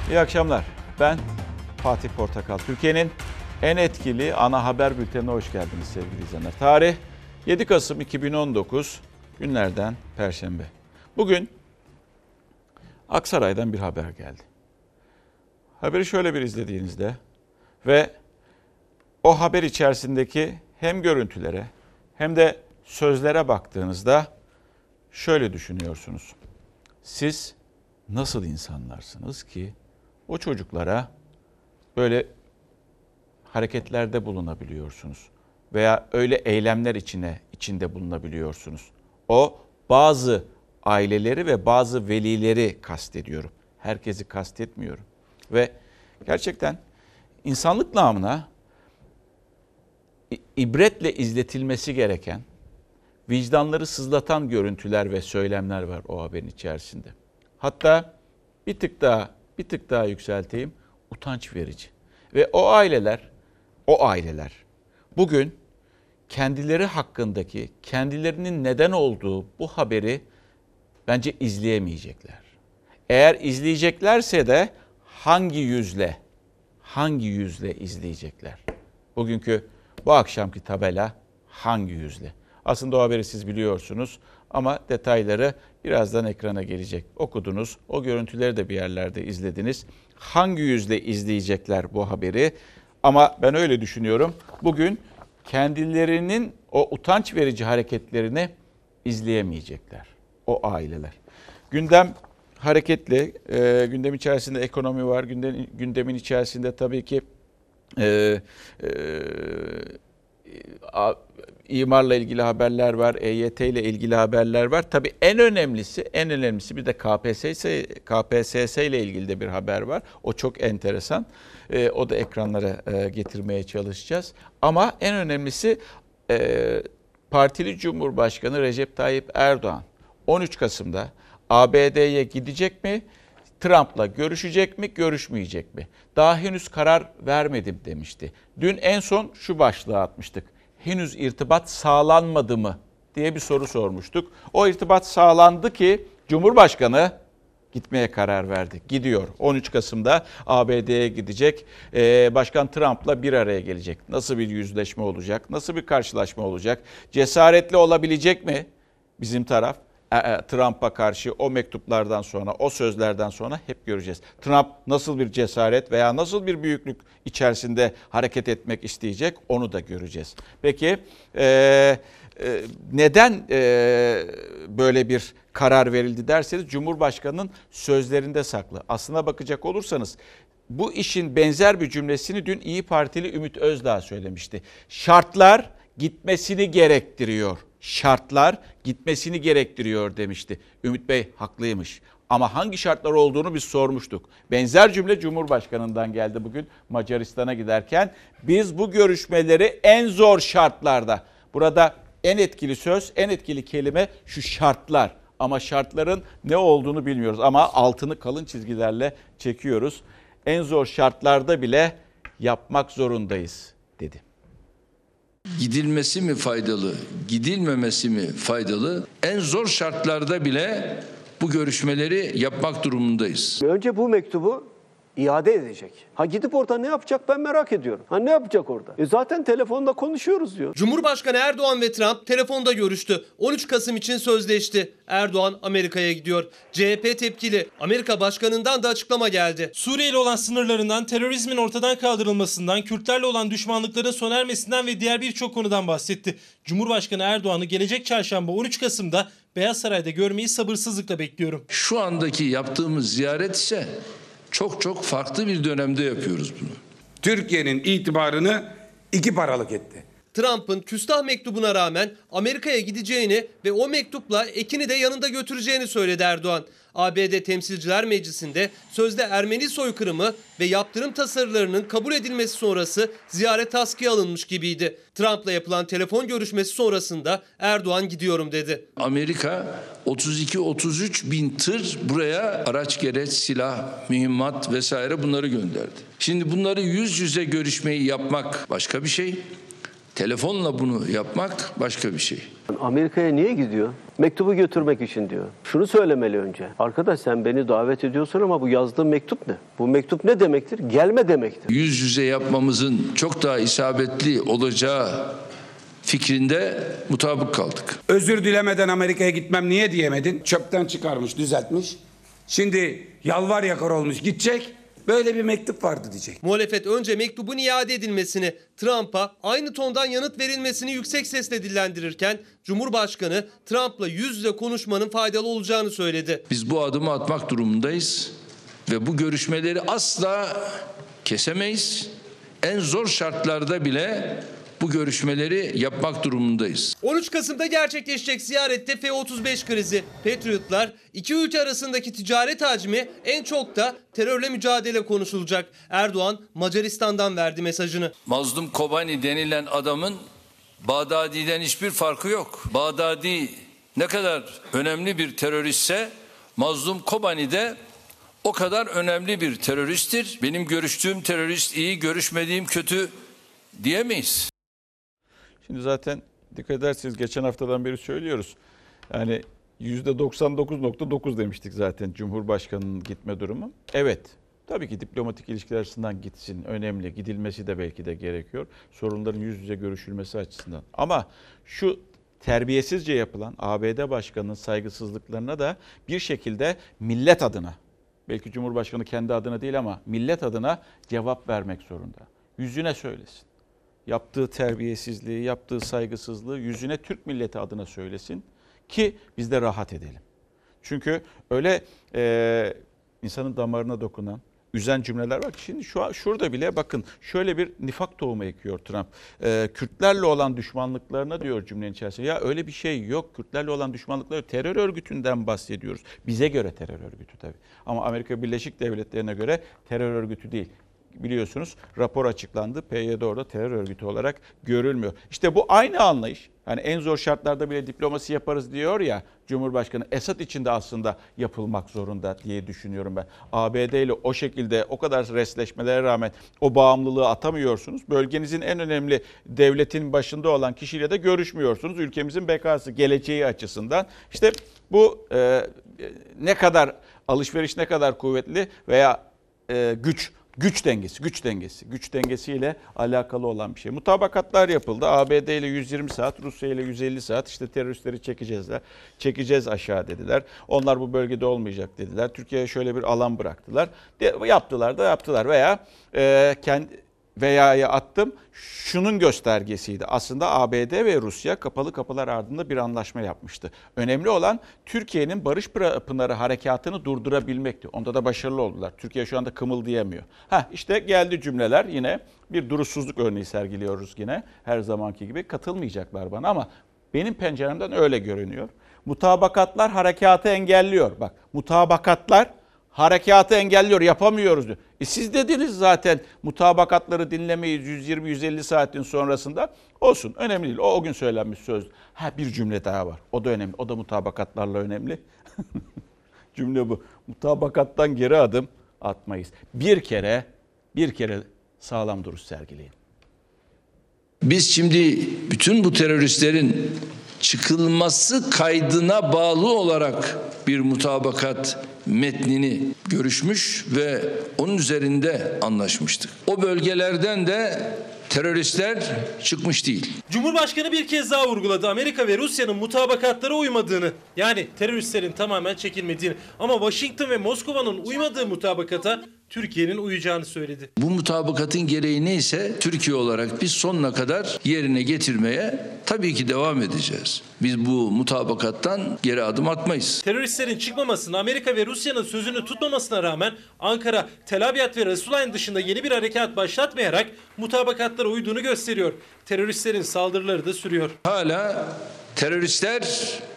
İyi akşamlar. Ben Fatih Portakal. Türkiye'nin en etkili ana haber bültenine hoş geldiniz sevgili izleyenler. Tarih 7 Kasım 2019 günlerden Perşembe. Bugün Aksaray'dan bir haber geldi. Haberi şöyle bir izlediğinizde ve o haber içerisindeki hem görüntülere hem de sözlere baktığınızda şöyle düşünüyorsunuz. Siz nasıl insanlarsınız ki o çocuklara böyle hareketlerde bulunabiliyorsunuz veya öyle eylemler içinde bulunabiliyorsunuz. O bazı aileleri ve bazı velileri kastediyorum. Herkesi kastetmiyorum. Ve gerçekten insanlık namına ibretle izletilmesi gereken, vicdanları sızlatan görüntüler ve söylemler var o haberin içerisinde. Hatta bir tık daha yükselteyim, utanç verici. Ve o aileler bugün kendileri hakkındaki, kendilerinin neden olduğu bu haberi bence izleyemeyecekler. Eğer izleyeceklerse de hangi yüzle izleyecekler? Bugünkü bu akşamki tabela hangi yüzle? Aslında o haberi siz biliyorsunuz ama detayları birazdan ekrana gelecek. Okudunuz, o görüntüleri de bir yerlerde izlediniz. Hangi yüzle izleyecekler bu haberi? Ama ben öyle düşünüyorum. Bugün kendilerinin o utanç verici hareketlerini izleyemeyecekler. O aileler. Gündem hareketli. Gündem içerisinde ekonomi var. Gündemin içerisinde tabii ki imarla ilgili haberler var, EYT ile ilgili haberler var. Tabii en önemlisi bir de KPSS ile ilgili de bir haber var. O çok enteresan. O da ekranlara getirmeye çalışacağız. Ama en önemlisi partili Cumhurbaşkanı Recep Tayyip Erdoğan 13 Kasım'da ABD'ye gidecek mi? Trump'la görüşecek mi, görüşmeyecek mi? Daha henüz karar vermedim demişti. Dün en son şu başlığı atmıştık. Henüz irtibat sağlanmadı mı diye bir soru sormuştuk. O irtibat sağlandı ki Cumhurbaşkanı gitmeye karar verdi. Gidiyor. 13 Kasım'da ABD'ye gidecek. Başkan Trump'la bir araya gelecek. Nasıl bir yüzleşme olacak? Nasıl bir karşılaşma olacak? Cesaretli olabilecek mi bizim taraf? Trump'a karşı o mektuplardan sonra, o sözlerden sonra hep göreceğiz. Trump nasıl bir cesaret veya nasıl bir büyüklük içerisinde hareket etmek isteyecek onu da göreceğiz. Peki neden böyle bir karar verildi derseniz Cumhurbaşkanı'nın sözlerinde saklı. Aslına bakacak olursanız bu işin benzer bir cümlesini dün İyi Partili Ümit Özdağ söylemişti. Şartlar gitmesini gerektiriyor. Şartlar gitmesini gerektiriyor demişti. Ümit Bey haklıymış. Ama hangi şartlar olduğunu biz sormuştuk. Benzer cümle Cumhurbaşkanı'ndan geldi bugün Macaristan'a giderken. Biz bu görüşmeleri en zor şartlarda. Burada en etkili söz, en etkili kelime şu şartlar. Ama şartların ne olduğunu bilmiyoruz. Ama altını kalın çizgilerle çekiyoruz. En zor şartlarda bile yapmak zorundayız dedi. Gidilmesi mi faydalı, gidilmemesi mi faydalı? En zor şartlarda bile bu görüşmeleri yapmak durumundayız. Önce bu mektubu iade edecek. Gidip orada ne yapacak ben merak ediyorum. Ne yapacak orada? Zaten telefonda konuşuyoruz diyor. Cumhurbaşkanı Erdoğan ve Trump telefonda görüştü. 13 Kasım için sözleşti. Erdoğan Amerika'ya gidiyor. CHP tepkili. Amerika Başkanı'ndan da açıklama geldi. Suriye ile olan sınırlarından, terörizmin ortadan kaldırılmasından, Kürtlerle olan düşmanlıkların sona ermesinden ve diğer birçok konudan bahsetti. Cumhurbaşkanı Erdoğan'ı gelecek çarşamba 13 Kasım'da Beyaz Saray'da görmeyi sabırsızlıkla bekliyorum. Şu andaki yaptığımız ziyaret ise çok farklı bir dönemde yapıyoruz bunu. Türkiye'nin itibarını iki paralık etti. Trump'ın küstah mektubuna rağmen Amerika'ya gideceğini ve o mektupla ekini de yanında götüreceğini söyledi Erdoğan. ABD Temsilciler Meclisi'nde sözde Ermeni soykırımı ve yaptırım tasarılarının kabul edilmesi sonrası ziyaret askıya alınmış gibiydi. Trump'la yapılan telefon görüşmesi sonrasında Erdoğan gidiyorum dedi. Amerika 32-33 bin tır buraya araç gereç, silah, mühimmat vesaire bunları gönderdi. Şimdi bunları yüz yüze görüşmeyi yapmak başka bir şey. Telefonla bunu yapmak başka bir şey. Amerika'ya niye gidiyor? Mektubu götürmek için diyor. Şunu söylemeli önce. Arkadaş sen beni davet ediyorsun ama bu yazdığın mektup ne? Bu mektup ne demektir? Gelme demektir. Yüz yüze yapmamızın çok daha isabetli olacağı fikrinde mutabık kaldık. Özür dilemeden Amerika'ya gitmem niye diyemedin? Çöpten çıkarmış, düzeltmiş. Şimdi yalvar yakar olmuş gidecek. Böyle bir mektup vardı diyecek. Muhalefet önce mektubun iade edilmesini, Trump'a aynı tondan yanıt verilmesini yüksek sesle dillendirirken Cumhurbaşkanı Trump'la yüz yüze konuşmanın faydalı olacağını söyledi. Biz bu adımı atmak durumundayız ve bu görüşmeleri asla kesemeyiz. En zor şartlarda bile bu görüşmeleri yapmak durumundayız. 13 Kasım'da gerçekleşecek ziyarette F-35 krizi, Patriotlar, iki ülke arasındaki ticaret hacmi, en çok da terörle mücadele konuşulacak. Erdoğan Macaristan'dan verdi mesajını. Mazlum Kobani denilen adamın Bağdadi'den hiçbir farkı yok. Bağdadi ne kadar önemli bir teröristse Mazlum Kobani de o kadar önemli bir teröristtir. Benim görüştüğüm terörist iyi, görüşmediğim kötü diyemeyiz. Şimdi zaten dikkat ederseniz geçen haftadan beri söylüyoruz. Yani %99.9 demiştik zaten Cumhurbaşkanı'nın gitme durumu. Evet, tabii ki diplomatik ilişkiler açısından gitsin, önemli. Gidilmesi de belki de gerekiyor. Sorunların yüz yüze görüşülmesi açısından. Ama şu terbiyesizce yapılan ABD Başkanı'nın saygısızlıklarına da bir şekilde millet adına, belki Cumhurbaşkanı kendi adına değil ama millet adına cevap vermek zorunda. Yüzüne söylesin. Yaptığı terbiyesizliği, yaptığı saygısızlığı yüzüne Türk milleti adına söylesin ki biz de rahat edelim. Çünkü öyle insanın damarına dokunan, üzen cümleler var ki şimdi şurada bile bakın şöyle bir nifak tohumu ekiyor Trump. Kürtlerle olan düşmanlıklarına diyor cümlenin içerisinde. Ya öyle bir şey yok. Kürtlerle olan düşmanlıkları terör örgütünden bahsediyoruz. Bize göre terör örgütü tabii. Ama Amerika Birleşik Devletleri'ne göre terör örgütü değil. Biliyorsunuz rapor açıklandı. PYD orada terör örgütü olarak görülmüyor. İşte bu aynı anlayış. Yani en zor şartlarda bile diplomasi yaparız diyor ya Cumhurbaşkanı. Esad için de aslında yapılmak zorunda diye düşünüyorum ben. ABD ile o şekilde o kadar resleşmelere rağmen o bağımlılığı atamıyorsunuz. Bölgenizin en önemli devletin başında olan kişiyle de görüşmüyorsunuz. Ülkemizin bekası, geleceği açısından. İşte bu ne kadar alışveriş ne kadar kuvvetli veya güç dengesiyle alakalı olan bir şey. Mutabakatlar yapıldı. ABD ile 120 saat, Rusya ile 150 saat işte teröristleri çekeceğiz aşağı dediler. Onlar bu bölgede olmayacak dediler. Türkiye'ye şöyle bir alan bıraktılar. Yaptılar veya'ya attım. Şunun göstergesiydi. Aslında ABD ve Rusya kapalı kapılar ardında bir anlaşma yapmıştı. Önemli olan Türkiye'nin Barış Pınarı harekatını durdurabilmekti. Onda da başarılı oldular. Türkiye şu anda kımıldayamıyor. İşte geldi cümleler yine bir durursuzluk örneği sergiliyoruz yine her zamanki gibi. Katılmayacaklar bana ama benim penceremden öyle görünüyor. Mutabakatlar harekatı engelliyor. Bak mutabakatlar harekatı engelliyor, yapamıyoruz diyor. Siz dediniz zaten mutabakatları dinlemeyiz 120-150 saatin sonrasında. Olsun, önemli değil. O gün söylenmiş söz. Bir cümle daha var. O da önemli. O da mutabakatlarla önemli. Cümle bu. Mutabakattan geri adım atmayız. Bir kere sağlam duruş sergileyin. Biz şimdi bütün bu teröristlerin çıkılması kaydına bağlı olarak bir mutabakat metnini görüşmüş ve onun üzerinde anlaşmıştık. O bölgelerden de teröristler çıkmış değil. Cumhurbaşkanı bir kez daha vurguladı. Amerika ve Rusya'nın mutabakatlara uymadığını, yani teröristlerin tamamen çekilmediğini, ama Washington ve Moskova'nın uymadığı mutabakata Türkiye'nin uyacağını söyledi. Bu mutabakatın gereği neyse Türkiye olarak biz sonuna kadar yerine getirmeye tabii ki devam edeceğiz. Biz bu mutabakattan geri adım atmayız. Teröristlerin çıkmamasını, Amerika ve Rusya'nın sözünü tutmamasına rağmen Ankara, Tel Abyad ve Resulayn dışında yeni bir harekat başlatmayarak mutabakatlara uyduğunu gösteriyor. Teröristlerin saldırıları da sürüyor. Hala teröristler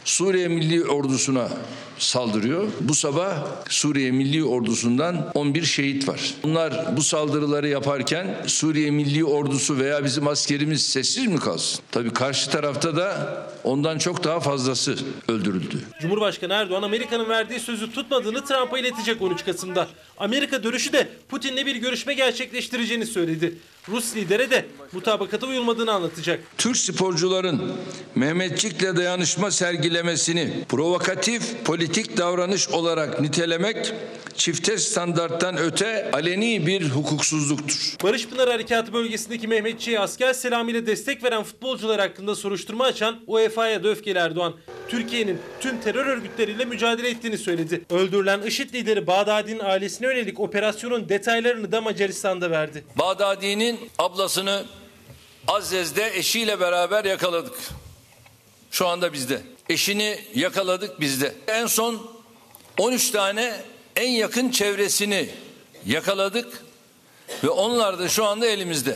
Suriye Milli Ordusu'na saldırıyor. Bu sabah Suriye Milli Ordusu'ndan 11 şehit var. Bunlar bu saldırıları yaparken Suriye Milli Ordusu veya bizim askerimiz sessiz mi kalsın? Tabii karşı tarafta da ondan çok daha fazlası öldürüldü. Cumhurbaşkanı Erdoğan Amerika'nın verdiği sözü tutmadığını Trump'a iletecek 13 Kasım'da. Amerika dönüşü de Putin'le bir görüşme gerçekleştireceğini söyledi. Rus lidere de mutabakata uyulmadığını anlatacak. Türk sporcuların Mehmetçik'le dayanışma sergilemesini provokatif politik davranış olarak nitelemek çifte standarttan öte aleni bir hukuksuzluktur. Barış Pınarı Harekatı bölgesindeki Mehmetçik'e asker selamıyla destek veren futbolcular hakkında soruşturma açan UEFA'ya da öfkeli Erdoğan, Türkiye'nin tüm terör örgütleriyle mücadele ettiğini söyledi. Öldürülen IŞİD lideri Bağdadi'nin ailesine yönelik operasyonun detaylarını da Macaristan'da verdi. Bağdadi'nin ablasını Azzez'de eşiyle beraber yakaladık. Şu anda bizde. Eşini yakaladık bizde. En son 13 tane en yakın çevresini yakaladık ve onlar da şu anda elimizde.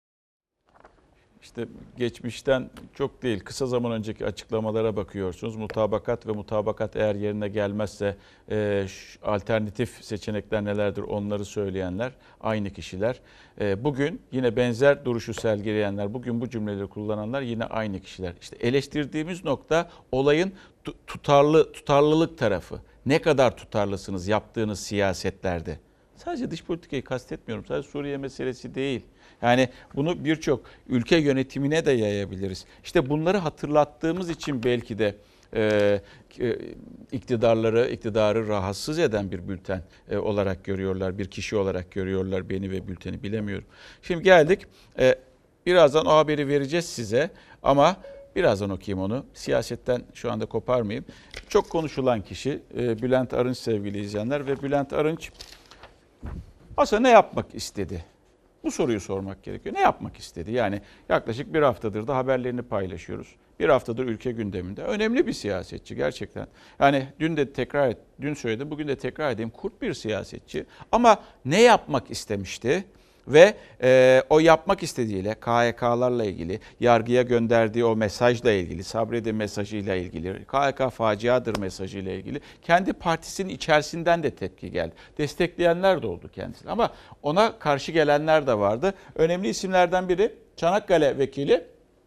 İşte geçmişten çok değil, kısa zaman önceki açıklamalara bakıyorsunuz. Mutabakat ve mutabakat eğer yerine gelmezse alternatif seçenekler nelerdir onları söyleyenler aynı kişiler. Bugün yine benzer duruşu sergileyenler, bugün bu cümleleri kullananlar yine aynı kişiler. İşte eleştirdiğimiz nokta olayın tutarlılık tarafı. Ne kadar tutarlısınız yaptığınız siyasetlerde? Sadece dış politikayı kastetmiyorum. Sadece Suriye meselesi değil. Yani bunu birçok ülke yönetimine de yayabiliriz. İşte bunları hatırlattığımız için belki de iktidarı rahatsız eden bir bülten olarak görüyorlar. Bir kişi olarak görüyorlar beni ve bülteni, bilemiyorum. Şimdi geldik. Birazdan o haberi vereceğiz size ama birazdan okuyayım onu. Siyasetten şu anda koparmayayım. Çok konuşulan kişi Bülent Arınç sevgili izleyenler ve Bülent Arınç aslında ne yapmak istedi? Bu soruyu sormak gerekiyor. Ne yapmak istedi? Yani yaklaşık bir haftadır da haberlerini paylaşıyoruz. Bir haftadır ülke gündeminde. Önemli bir siyasetçi gerçekten. Yani dün söyledim, bugün de tekrar edeyim. Kurt bir siyasetçi. Ama ne yapmak istemişti? Ve o yapmak istediğiyle, KHK'larla ilgili, yargıya gönderdiği o mesajla ilgili, sabredin mesajıyla ilgili, KHK faciadır mesajıyla ilgili kendi partisinin içerisinden de tepki geldi. Destekleyenler de oldu kendisini ama ona karşı gelenler de vardı. Önemli isimlerden biri Çanakkale vekili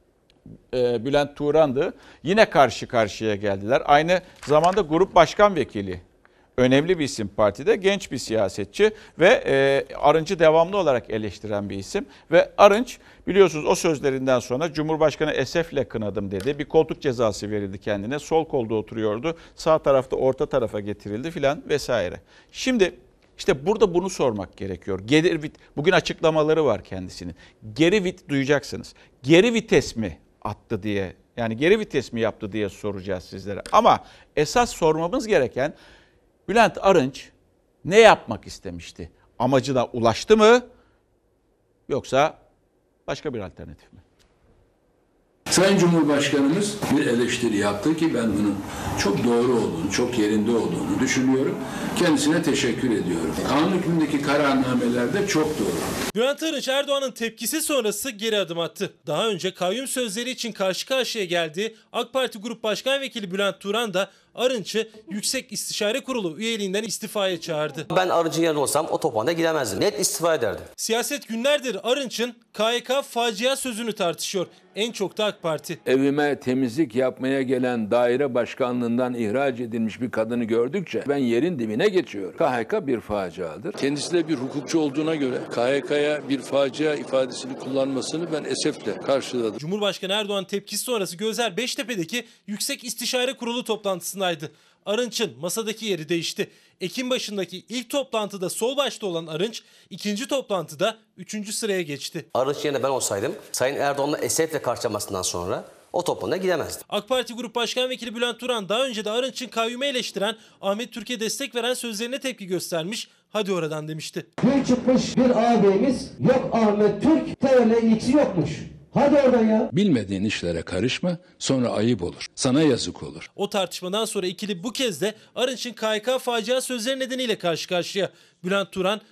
Bülent Turan'dı. Yine karşı karşıya geldiler. Aynı zamanda grup başkan vekili. Önemli bir isim partide, genç bir siyasetçi ve Arınç'ı devamlı olarak eleştiren bir isim. Ve Arınç biliyorsunuz o sözlerinden sonra Cumhurbaşkanı esefle kınadım dedi. Bir koltuk cezası verildi kendine. Sol kolda oturuyordu. Sağ tarafta orta tarafa getirildi filan vesaire. Şimdi işte burada bunu sormak gerekiyor. Bugün açıklamaları var kendisinin. Duyacaksınız. Geri vites mi attı diye, yani geri vites mi yaptı diye soracağız sizlere. Ama esas sormamız gereken Bülent Arınç ne yapmak istemişti? Amacına ulaştı mı? Yoksa başka bir alternatif mi? Sayın Cumhurbaşkanımız bir eleştiri yaptı ki ben bunun çok doğru olduğunu, çok yerinde olduğunu düşünüyorum. Kendisine teşekkür ediyorum. Kanun hükmündeki kararnameler de çok doğru. Bülent Arınç Erdoğan'ın tepkisi sonrası geri adım attı. Daha önce kayyum sözleri için karşı karşıya geldiği AK Parti Grup Başkan Vekili Bülent Turan da Arınç'ı Yüksek İstişare Kurulu üyeliğinden istifaya çağırdı. Ben Arınç'ın yerinde olsam o topağına gidemezdim. Net istifa ederdim. Siyaset günlerdir Arınç'ın KHK facia sözünü tartışıyor. En çok da AK Parti. Evime temizlik yapmaya gelen daire başkanlığından ihraç edilmiş bir kadını gördükçe ben yerin dibine geçiyorum. KHK bir faciadır. Kendisi de bir hukukçu olduğuna göre KHK'ya bir facia ifadesini kullanmasını ben esefle karşıladım. Cumhurbaşkanı Erdoğan tepkisi sonrası gözler Beştepe'deki Yüksek İstişare Kurulu toplantısındaydı. Arınç'ın masadaki yeri değişti. Ekim başındaki ilk toplantıda sol başta olan Arınç, ikinci toplantıda 3. sıraya geçti. Arınç yerine ben olsaydım Sayın Erdoğan'la esefle karşılamasından sonra o toplantıya gidemezdim. AK Parti Grup Başkan Vekili Bülent Turan daha önce de Arınç'ın kayyumu eleştiren, Ahmet Türk'e destek veren sözlerine tepki göstermiş, hadi oradan demişti. Dün çıkmış bir ağabeyimiz, yok Ahmet Türk terörle ilgisi yokmuş. Hadi oradan ya. Bilmediğin işlere karışma, sonra ayıp olur. Sana yazık olur. O tartışmadan sonra ikili bu kez de Arınç'ın KHK facia sözleri nedeniyle karşı karşıya. Bülent Turan,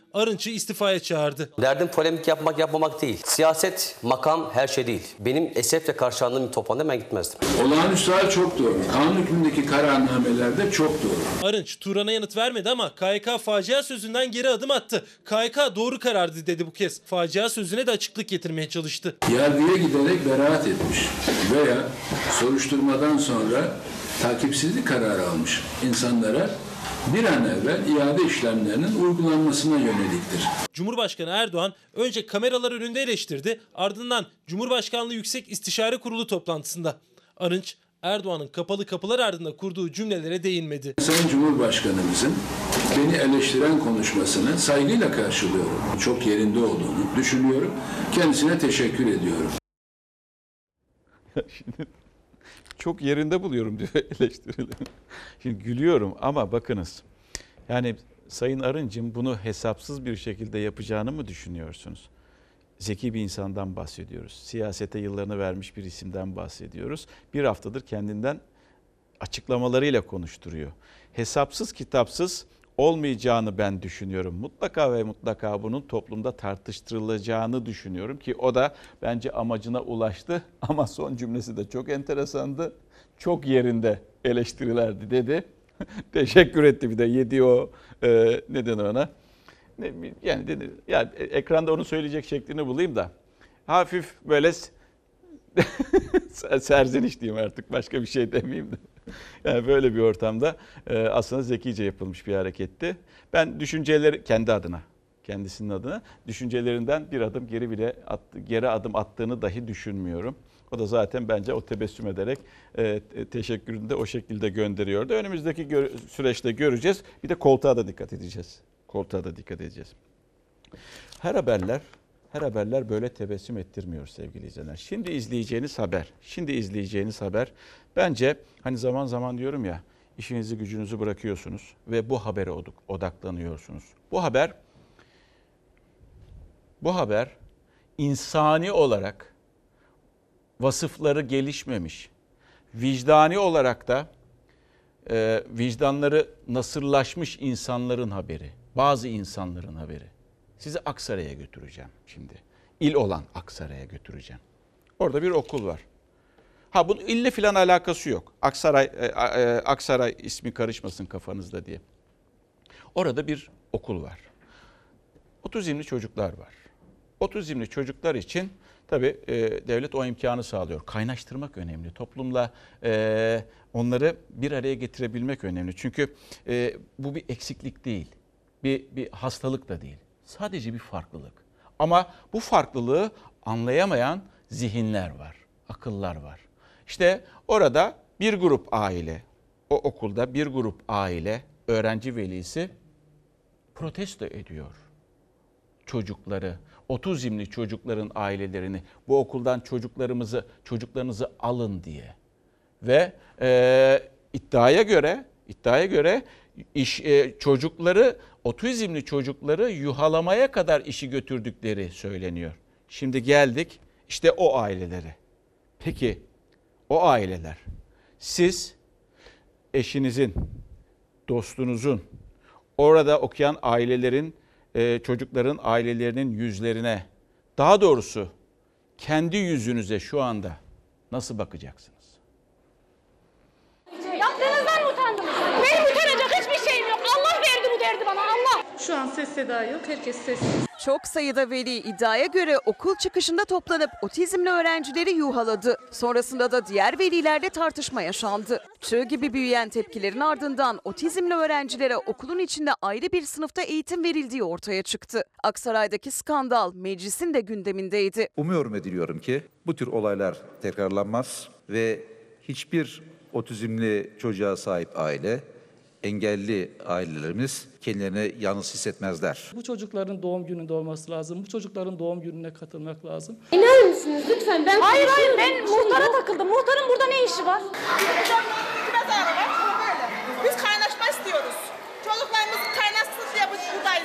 Arınç'ı istifaya çağırdı. Derdim polemik yapmak yapmamak değil. Siyaset, makam her şey değil. Benim esefle karşılandığım bir toplantıda ben gitmezdim. Olağanüstü hal çok doğru. Kanun hükmündeki kararnamelerde çok doğru. Arınç Turan'a yanıt vermedi ama KHK facia sözünden geri adım attı. KHK doğru karardı dedi bu kez. Facia sözüne de açıklık getirmeye çalıştı. Yargıya giderek beraat etmiş veya soruşturmadan sonra takipsizlik kararı almış insanlara bir an evvel iade işlemlerinin uygulanmasına yöneliktir. Cumhurbaşkanı Erdoğan önce kameralar önünde eleştirdi, ardından Cumhurbaşkanlığı Yüksek İstişare Kurulu toplantısında. Arınç, Erdoğan'ın kapalı kapılar ardında kurduğu cümlelere değinmedi. Sayın Cumhurbaşkanımızın beni eleştiren konuşmasını saygıyla karşılıyorum. Çok yerinde olduğunu düşünüyorum. Kendisine teşekkür ediyorum. Şimdi çok yerinde buluyorum diyor eleştirileri. Şimdi gülüyorum ama bakınız. Yani Sayın Arınç'ın bunu hesapsız bir şekilde yapacağını mı düşünüyorsunuz? Zeki bir insandan bahsediyoruz. Siyasete yıllarını vermiş bir isimden bahsediyoruz. Bir haftadır kendinden açıklamalarıyla konuşturuyor. Hesapsız kitapsız olmayacağını ben düşünüyorum. Mutlaka ve mutlaka bunun toplumda tartıştırılacağını düşünüyorum ki o da bence amacına ulaştı. Ama son cümlesi de çok enteresandı. Çok yerinde eleştirilerdi dedi. Teşekkür etti bir de yediği o ne denir ona? Yani dedi, ya ekranda onu söyleyecek şeklini bulayım da hafif böyle serzeniş diyeyim artık başka bir şey demeyeyim de. Yani böyle bir ortamda aslında zekice yapılmış bir hareketti. Ben düşünceleri kendi adına, kendisinin adına düşüncelerinden bir adım geri adım attığını dahi düşünmüyorum. O da zaten bence o tebessüm ederek teşekkürünü de o şekilde gönderiyordu. Önümüzdeki süreçte göreceğiz. Bir de koltuğa da dikkat edeceğiz. Koltuğa da dikkat edeceğiz. Her haberler böyle tebessüm ettirmiyor sevgili izleyenler. Şimdi izleyeceğiniz haber bence hani zaman zaman diyorum ya işinizi gücünüzü bırakıyorsunuz ve bu habere odaklanıyorsunuz. Bu haber insani olarak vasıfları gelişmemiş, vicdani olarak da vicdanları nasırlaşmış insanların haberi, bazı insanların haberi. Sizi Aksaray'a götüreceğim şimdi. İl olan Aksaray'a götüreceğim. Orada bir okul var. Bunun ille filan alakası yok. Aksaray ismi karışmasın kafanızda diye. Orada bir okul var. Otizmli çocuklar var. Otizmli çocuklar için tabii devlet o imkanı sağlıyor. Kaynaştırmak önemli. Toplumla onları bir araya getirebilmek önemli. Çünkü bu bir eksiklik değil. Bir hastalık da değil. Sadece bir farklılık. Ama bu farklılığı anlayamayan zihinler var, akıllar var. İşte orada bir grup aile, o okulda bir grup aile, öğrenci velisi protesto ediyor çocukları, otizmli çocukların ailelerini, bu okuldan çocuklarınızı alın diye. Ve iddiaya göre otizmli çocukları yuhalamaya kadar işi götürdükleri söyleniyor. Şimdi geldik işte o ailelere. Peki o aileler, siz eşinizin, dostunuzun, orada okuyan ailelerin, çocukların ailelerinin yüzlerine, daha doğrusu kendi yüzünüze şu anda nasıl bakacaksınız? Yaptığınızdan utandınız. Benim utanacak hiçbir şeyim yok. Allah verdi bu derdi bana, Allah. Şu an ses seda yok, herkes sessiz. Çok sayıda veli iddiaya göre okul çıkışında toplanıp otizmli öğrencileri yuhaladı. Sonrasında da diğer velilerle tartışma yaşandı. Çığ gibi büyüyen tepkilerin ardından otizmli öğrencilere okulun içinde ayrı bir sınıfta eğitim verildiği ortaya çıktı. Aksaray'daki skandal meclisin de gündemindeydi. Umuyorum ve diliyorum ki bu tür olaylar tekrarlanmaz ve hiçbir otizmli çocuğa sahip aile, engelli ailelerimiz kendilerini yalnız hissetmezler. Bu çocukların doğum gününde olması lazım. Bu çocukların doğum gününe katılmak lazım. İner misiniz lütfen? Hayır ben muhtara takıldım. Muhtarın burada ne işi var? Biz kaynaşma istiyoruz. Çocuklarımız kaynaşsın diye buradayız biz.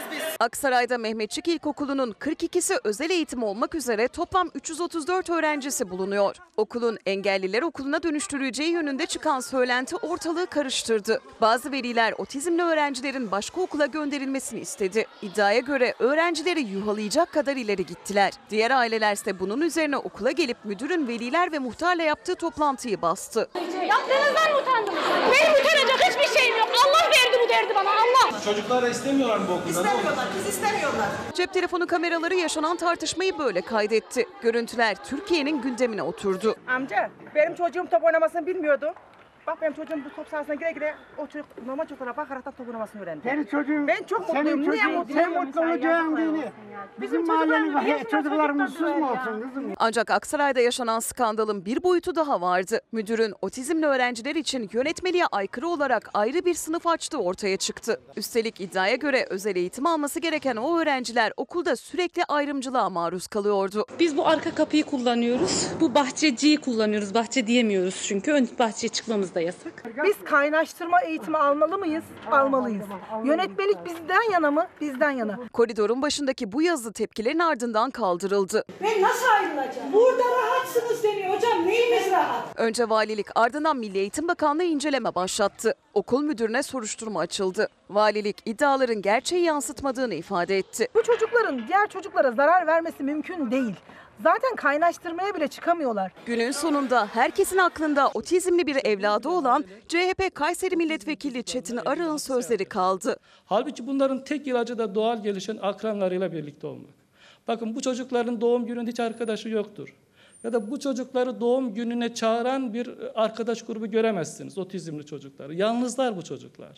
Aksaray'da Mehmetçik İlkokulu'nun 42'si özel eğitim olmak üzere toplam 334 öğrencisi bulunuyor. Okulun engelliler okuluna dönüştürüleceği yönünde çıkan söylenti ortalığı karıştırdı. Bazı veliler otizmli öğrencilerin başka okula gönderilmesini istedi. İddiaya göre öğrencileri yuhalayacak kadar ileri gittiler. Diğer ailelerse bunun üzerine okula gelip müdürün veliler ve muhtarla yaptığı toplantıyı bastı. Yaptığınızdan utandınız. Benim utanacak hiçbir şeyim yok. Allah verdi bu derdi bana, Allah. Çocuklar da istemiyorlar mı bu okulda? İstemiyorlar, kız istemiyorlar. Cep telefonu kameraları yaşanan tartışmayı böyle kaydetti. Görüntüler Türkiye'nin gündemine oturdu. Amca, benim çocuğum top oynamasını bilmiyordu. Bak benim çocuğum bu top sahasına gire gire o çocuk normal çocuklara bakarak top oynamasını öğrendi. Senin çocuğun, ben çok mutluyum. Niye mutluyum? Sen mutlu olacağın dini. Bizim mahallenin çocuklar mutsuz mu olsun kızım? Ancak Aksaray'da yaşanan skandalın bir boyutu daha vardı. Müdürün otizmli öğrenciler için yönetmeliğe aykırı olarak ayrı bir sınıf açtığı ortaya çıktı. Üstelik iddiaya göre özel eğitim alması gereken o öğrenciler okulda sürekli ayrımcılığa maruz kalıyordu. Biz bu arka kapıyı kullanıyoruz. Bu bahçeciyi kullanıyoruz. Bahçe diyemiyoruz çünkü ön bahçeye çıkmamız da yasak. Biz kaynaştırma eğitimi almalı mıyız? Almalıyız. Yönetmelik bizden yana mı? Bizden yana. Koridorun başındaki bu yazı tepkilerin ardından kaldırıldı. Ben nasıl ayrılacağım? Burada rahatsınız deniyor hocam. Neyimiz rahat? Önce valilik ardından Milli Eğitim Bakanlığı inceleme başlattı. Okul müdürüne soruşturma açıldı. Valilik iddiaların gerçeği yansıtmadığını ifade etti. Bu çocukların diğer çocuklara zarar vermesi mümkün değil. Zaten kaynaştırmaya bile çıkamıyorlar. Günün sonunda herkesin aklında otizmli bir evladı olan CHP Kayseri Milletvekili Çetin Arık'ın sözleri kaldı. Halbuki bunların tek ilacı da doğal gelişen akranlarıyla birlikte olmak. Bakın bu çocukların doğum gününde hiç arkadaşı yoktur. Ya da bu çocukları doğum gününe çağıran bir arkadaş grubu göremezsiniz, otizmli çocukları. Yalnızlar bu çocuklar.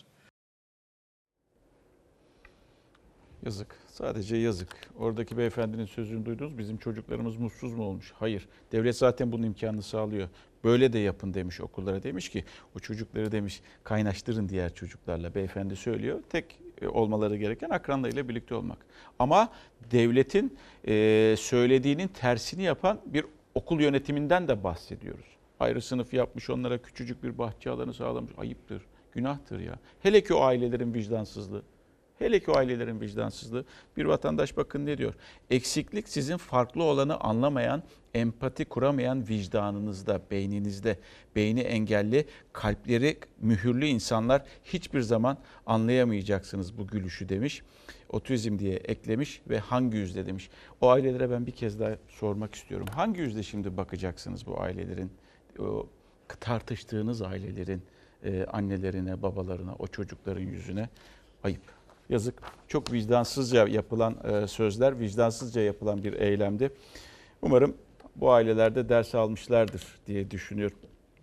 Yazık. Sadece yazık. Oradaki beyefendinin sözünü duydunuz. Bizim çocuklarımız mutsuz mu olmuş? Hayır. Devlet zaten bunun imkanını sağlıyor. Böyle de yapın demiş okullara. Demiş ki o çocukları demiş kaynaştırın diğer çocuklarla. Beyefendi söylüyor. Tek olmaları gereken akranlarıyla birlikte olmak. Ama devletin söylediğinin tersini yapan bir okul yönetiminden de bahsediyoruz. Ayrı sınıf yapmış, onlara küçücük bir bahçe alanı sağlamış. Ayıptır, günahtır ya. Hele ki o ailelerin vicdansızlığı. Hele ki o ailelerin vicdansızlığı. Bir vatandaş bakın ne diyor? Eksiklik sizin farklı olanı anlamayan, empati kuramayan vicdanınızda, beyninizde. Beyni engelli, kalpleri mühürlü insanlar hiçbir zaman anlayamayacaksınız bu gülüşü demiş. Otizm diye eklemiş ve hangi yüzde demiş. O ailelere ben bir kez daha sormak istiyorum. Hangi yüzde şimdi bakacaksınız bu ailelerin, o tartıştığınız ailelerin annelerine, babalarına, o çocukların yüzüne? Ayıp. Yazık. Çok vicdansızca yapılan sözler, vicdansızca yapılan bir eylemdi. Umarım bu ailelerde ders almışlardır diye düşünüyorum.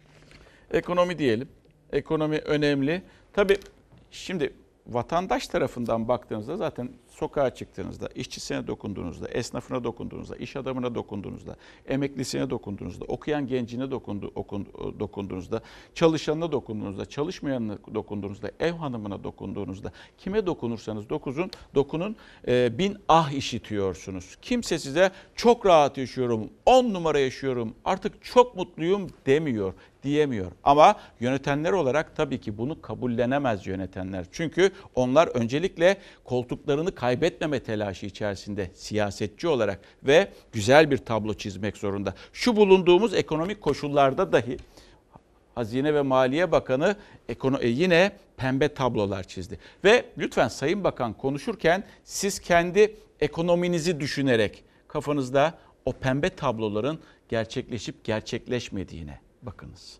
Ekonomi diyelim. Ekonomi önemli. Tabii şimdi vatandaş tarafından baktığınızda zaten sokağa çıktığınızda, işçisine dokunduğunuzda, esnafına dokunduğunuzda, iş adamına dokunduğunuzda, emeklisine dokunduğunuzda, okuyan gencine dokunduğunuzda, çalışanına dokunduğunuzda, çalışmayanına dokunduğunuzda, ev hanımına dokunduğunuzda, kime dokunursanız dokunun bin ah işitiyorsunuz. Kimse size çok rahat yaşıyorum, 10 numara yaşıyorum, artık çok mutluyum diyemiyor. Ama yönetenler olarak tabii ki bunu kabullenemez yönetenler. Çünkü onlar öncelikle koltuklarını kaybetmeme telaşı içerisinde siyasetçi olarak ve güzel bir tablo çizmek zorunda. Şu bulunduğumuz ekonomik koşullarda dahi Hazine ve Maliye Bakanı yine pembe tablolar çizdi. Ve lütfen Sayın Bakan konuşurken siz kendi ekonominizi düşünerek kafanızda o pembe tabloların gerçekleşip gerçekleşmediğine bakınız.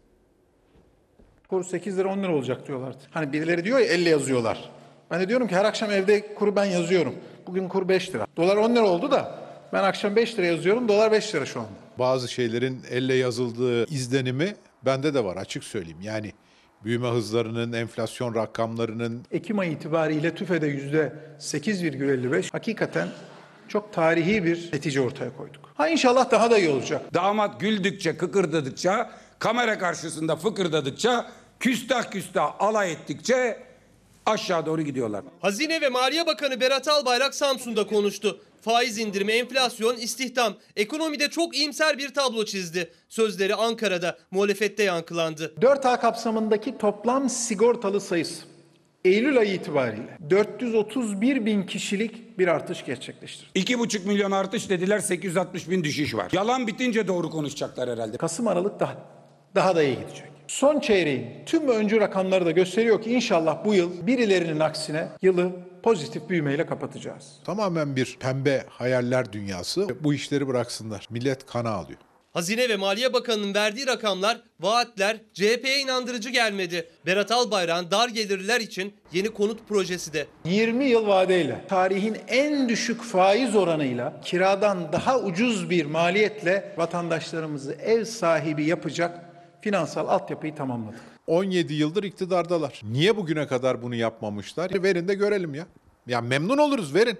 Kur 8 lira 10 lira olacak diyorlardı. Hani birileri diyor ya 50 yazıyorlar. Ben de diyorum ki her akşam evde kuru ben yazıyorum. Bugün kur 5 lira. Dolar 10 lira oldu da ben akşam 5 lira yazıyorum. Dolar 5 lira şu anda. Bazı şeylerin elle yazıldığı izlenimi bende de var, açık söyleyeyim. Yani büyüme hızlarının, enflasyon rakamlarının. Ekim ayı itibariyle TÜFE'de %8,55 hakikaten çok tarihi bir netice ortaya koyduk. İnşallah daha da iyi olacak. Damat güldükçe, kıkırdadıkça, kamera karşısında fıkırdadıkça, küstah alay ettikçe aşağı doğru gidiyorlar. Hazine ve Maliye Bakanı Berat Albayrak Samsun'da konuştu. Faiz indirimi, enflasyon, istihdam, ekonomide çok iyimser bir tablo çizdi. Sözleri Ankara'da, muhalefette yankılandı. 4A kapsamındaki toplam sigortalı sayısı Eylül ayı itibariyle 431 bin kişilik bir artış gerçekleştirdi. 2,5 milyon artış dediler, 860 bin düşüş var. Yalan bitince doğru konuşacaklar herhalde. Kasım Aralık daha da iyi gidecek. Son çeyreğin tüm öncü rakamları da gösteriyor ki inşallah bu yıl birilerinin aksine yılı pozitif büyümeyle kapatacağız. Tamamen bir pembe hayaller dünyası. Bu işleri bıraksınlar. Millet kana alıyor. Hazine ve Maliye Bakanı'nın verdiği rakamlar, vaatler CHP'ye inandırıcı gelmedi. Berat Albayrak'ın dar gelirliler için yeni konut projesi de. 20 yıl vadeyle, tarihin en düşük faiz oranıyla, kiradan daha ucuz bir maliyetle vatandaşlarımızı ev sahibi yapacak finansal altyapıyı tamamladık. 17 yıldır iktidardalar. Niye bugüne kadar bunu yapmamışlar? Verin de görelim ya. Ya memnun oluruz, verin.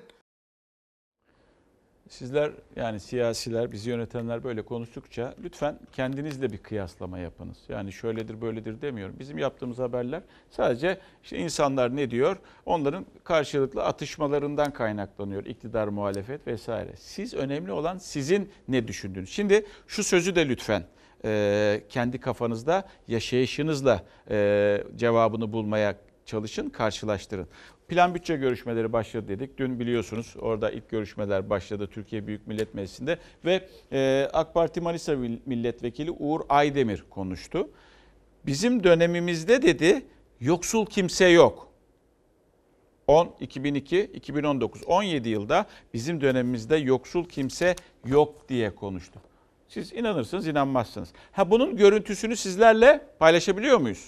Sizler, yani siyasiler, bizi yönetenler böyle konuştukça lütfen kendinizle bir kıyaslama yapınız. Yani şöyledir böyledir demiyorum. Bizim yaptığımız haberler sadece işte insanlar ne diyor, onların karşılıklı atışmalarından kaynaklanıyor. İktidar, muhalefet vesaire. Siz, önemli olan sizin ne düşündüğünüz. Şimdi şu sözü de lütfen kendi kafanızda yaşayışınızla cevabını bulmaya çalışın, karşılaştırın. Plan bütçe görüşmeleri başladı dedik. Dün biliyorsunuz orada ilk görüşmeler başladı Türkiye Büyük Millet Meclisi'nde ve AK Parti Manisa Milletvekili Uğur Aydemir konuştu. Bizim dönemimizde dedi yoksul kimse yok. 2002, 2019, 17 yılda bizim dönemimizde yoksul kimse yok diye konuştu. Siz inanırsınız, inanmazsınız. Bunun görüntüsünü sizlerle paylaşabiliyor muyuz?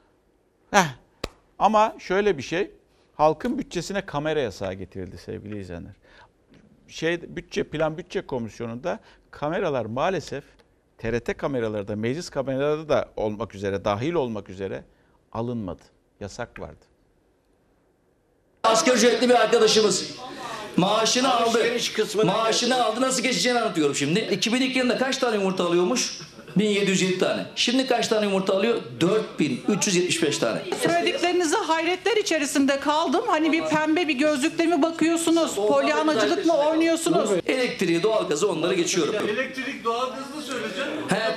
Ama şöyle bir şey, halkın bütçesine kamera yasağı getirildi sevgili izleyenler. Plan bütçe komisyonunda kameralar maalesef TRT kameraları da meclis kameraları da olmak üzere, dahil olmak üzere alınmadı. Yasak vardı. Asgari ücretli bir arkadaşımız maaşını aldı. Maaşını aldı, nasıl geçeceğini anlatıyorum şimdi. 2002 yılında kaç tane yumurta alıyormuş? 1707 tane. Şimdi kaç tane yumurta alıyor? 4375 tane. Söylediklerinize hayretler içerisinde kaldım. Hani bir pembe bir gözlüklerime bakıyorsunuz. Polyanacılık mı oynuyorsunuz? Elektriği, doğalgazı, onları geçiyorum. Elektrik, doğalgazı söyleyeceğim.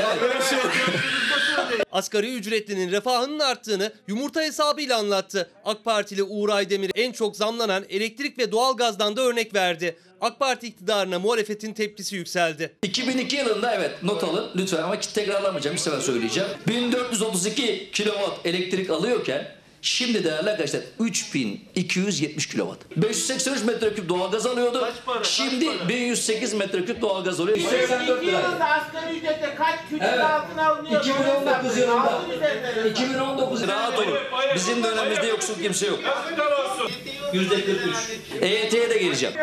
Asgari ücretlinin refahının arttığını yumurta hesabıyla anlattı. AK Partili Uğur Aydemir en çok zamlanan elektrik ve doğalgazdan da örnek verdi. AK Parti iktidarına muhalefetin tepkisi yükseldi. 2002 yılında evet not alın lütfen ama tekrarlamayacağım, bir sefer söyleyeceğim. 1432 kilowatt elektrik alıyorken şimdi değerli arkadaşlar 3270 kilowatt. 583 metreküp doğalgaz alıyordu. Şimdi 1108 metreküp doğalgaz alıyor. 184 lira. Asgari ücrete kaç küçük altın alınıyor? 2019 yılında. 2019 rahat olun. Bizim dönemimizde yoksul kimse yok. %43. EYT'ye de geleceğim.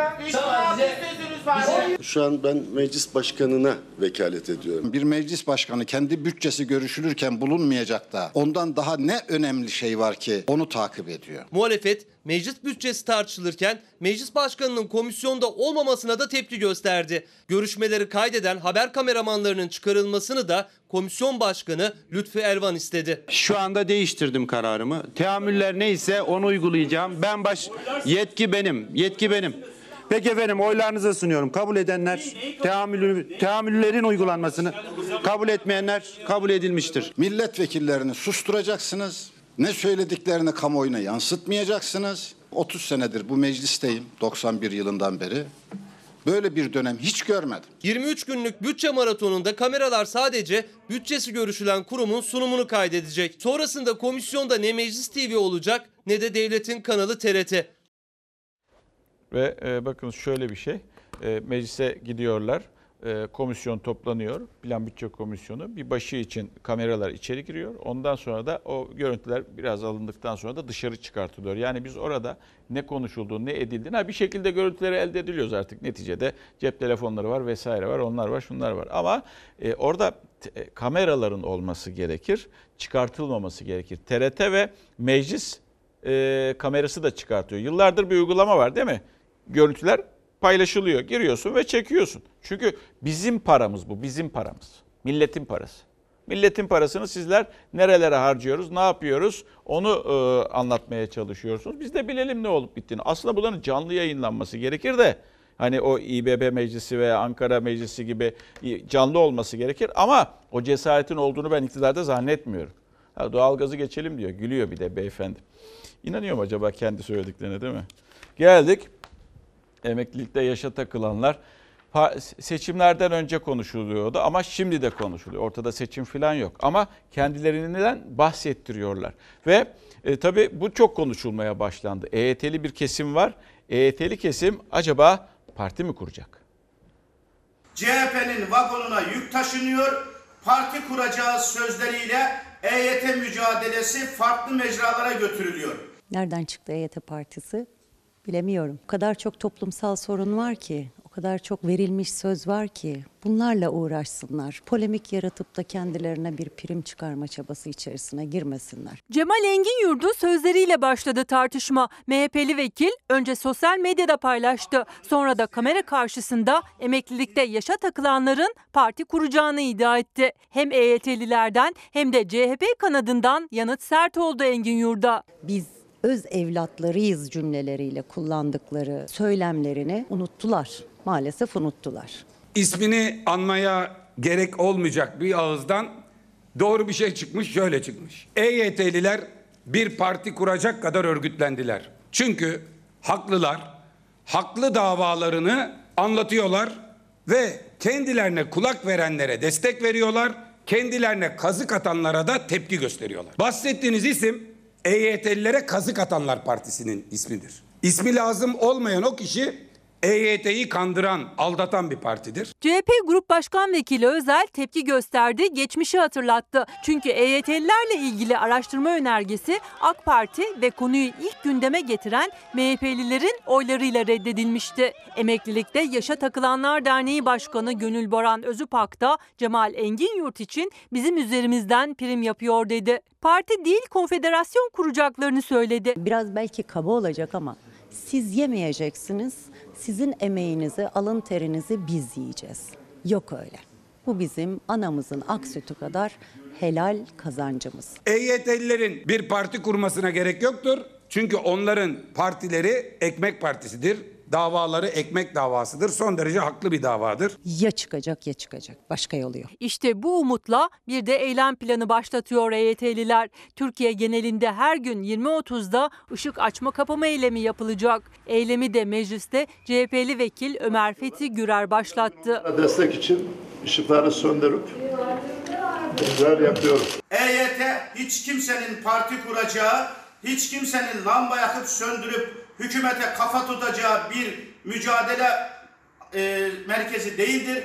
Şu an ben meclis başkanına vekalet ediyorum. Bir meclis başkanı kendi bütçesi görüşülürken bulunmayacak da ondan daha ne önemli şey var ki onu takip ediyor. Muhalefet meclis bütçesi tartışılırken meclis başkanının komisyonda olmamasına da tepki gösterdi. Görüşmeleri kaydeden haber kameramanlarının çıkarılmasını da komisyon başkanı Lütfü Elvan istedi. Şu anda değiştirdim kararımı. Teamüller neyse onu uygulayacağım. Yetki benim. Peki efendim, oylarınıza sunuyorum. Kabul edenler teamüllerin uygulanmasını, kabul etmeyenler kabul edilmiştir. Milletvekillerini susturacaksınız. Ne söylediklerini kamuoyuna yansıtmayacaksınız. 30 senedir bu meclisteyim, 91 yılından beri. Böyle bir dönem hiç görmedim. 23 günlük bütçe maratonunda kameralar sadece bütçesi görüşülen kurumun sunumunu kaydedecek. Sonrasında komisyonda ne Meclis TV olacak ne de devletin kanalı TRT. Ve bakınız şöyle bir şey, meclise gidiyorlar, komisyon toplanıyor, plan bütçe komisyonu, bir başı için kameralar içeri giriyor. Ondan sonra da o görüntüler biraz alındıktan sonra da dışarı çıkartılıyor. Yani biz orada ne konuşulduğunu, ne edildiğini, bir şekilde görüntüleri elde ediliyoruz artık neticede. Cep telefonları var vesaire var, onlar var, şunlar var. Ama orada kameraların olması gerekir, çıkartılmaması gerekir. TRT ve meclis kamerası da çıkartıyor. Yıllardır bir uygulama var değil mi? Görüntüler paylaşılıyor. Giriyorsun ve çekiyorsun. Çünkü bizim paramız bu. Bizim paramız. Milletin parası. Milletin parasını sizler nerelere harcıyoruz, ne yapıyoruz onu anlatmaya çalışıyorsunuz. Biz de bilelim ne olup bittiğini. Aslında bunların canlı yayınlanması gerekir de hani o İBB Meclisi veya Ankara Meclisi gibi canlı olması gerekir. Ama o cesaretin olduğunu ben iktidarda zannetmiyorum. Doğalgazı geçelim diyor. Gülüyor bir de beyefendi. İnanıyor mu acaba kendi söylediklerine, değil mi? Geldik emeklilikte yaşa takılanlar. Seçimlerden önce konuşuluyordu ama şimdi de konuşuluyor. Ortada seçim falan yok ama kendilerinden bahsettiriyorlar. Ve tabii bu çok konuşulmaya başlandı. EYT'li bir kesim var. EYT'li kesim acaba parti mi kuracak? CHP'nin vagonuna yük taşınıyor. Parti kuracağı sözleriyle EYT mücadelesi farklı mecralara götürülüyor. Nereden çıktı EYT partisi? Bilemiyorum. O kadar çok toplumsal sorun var ki, o kadar çok verilmiş söz var ki bunlarla uğraşsınlar. Polemik yaratıp da kendilerine bir prim çıkarma çabası içerisine girmesinler. Cemal Enginyurdu sözleriyle başladı tartışma. MHP'li vekil önce sosyal medyada paylaştı. Sonra da kamera karşısında emeklilikte yaşa takılanların parti kuracağını iddia etti. Hem EYT'lilerden hem de CHP kanadından yanıt sert oldu Enginyurda. Biz öz evlatlarıyız cümleleriyle kullandıkları söylemlerini unuttular. Maalesef unuttular. İsmini anmaya gerek olmayacak bir ağızdan doğru bir şey çıkmış, şöyle çıkmış. EYT'liler bir parti kuracak kadar örgütlendiler. Çünkü haklılar, haklı davalarını anlatıyorlar ve kendilerine kulak verenlere destek veriyorlar, kendilerine kazık atanlara da tepki gösteriyorlar. Bahsettiğiniz isim EYT'lilere Kazık Atanlar Partisi'nin ismidir. İsmi lazım olmayan o kişi EYT'yi kandıran, aldatan bir partidir. CHP Grup Başkan Vekili Özel tepki gösterdi, geçmişi hatırlattı. Çünkü EYT'lilerle ilgili araştırma önergesi AK Parti ve konuyu ilk gündeme getiren MHP'lilerin oylarıyla reddedilmişti. Emeklilikte Yaşa Takılanlar Derneği Başkanı Gönül Boran Özüpak da Cemal Enginyurt için bizim üzerimizden prim yapıyor dedi. Parti değil konfederasyon kuracaklarını söyledi. Biraz belki kaba olacak ama siz yemeyeceksiniz. Sizin emeğinizi, alın terinizi biz yiyeceğiz. Yok öyle. Bu bizim anamızın ak sütü kadar helal kazancımız. EYT'lilerin bir parti kurmasına gerek yoktur. Çünkü onların partileri ekmek partisidir. Davaları ekmek davasıdır. Son derece haklı bir davadır. Ya çıkacak ya çıkacak. Başka yolu yok. İşte bu umutla bir de eylem planı başlatıyor EYT'liler. Türkiye genelinde her gün 20.30'da ışık açma kapama eylemi yapılacak. Eylemi de mecliste CHP'li vekil Ömer Fethi Gürer başlattı. Destek için ışıkları söndürüp tekrar yapıyorum. EYT hiç kimsenin parti kuracağı, hiç kimsenin lamba yakıp söndürüp hükümete kafa tutacağı bir mücadele merkezi değildir.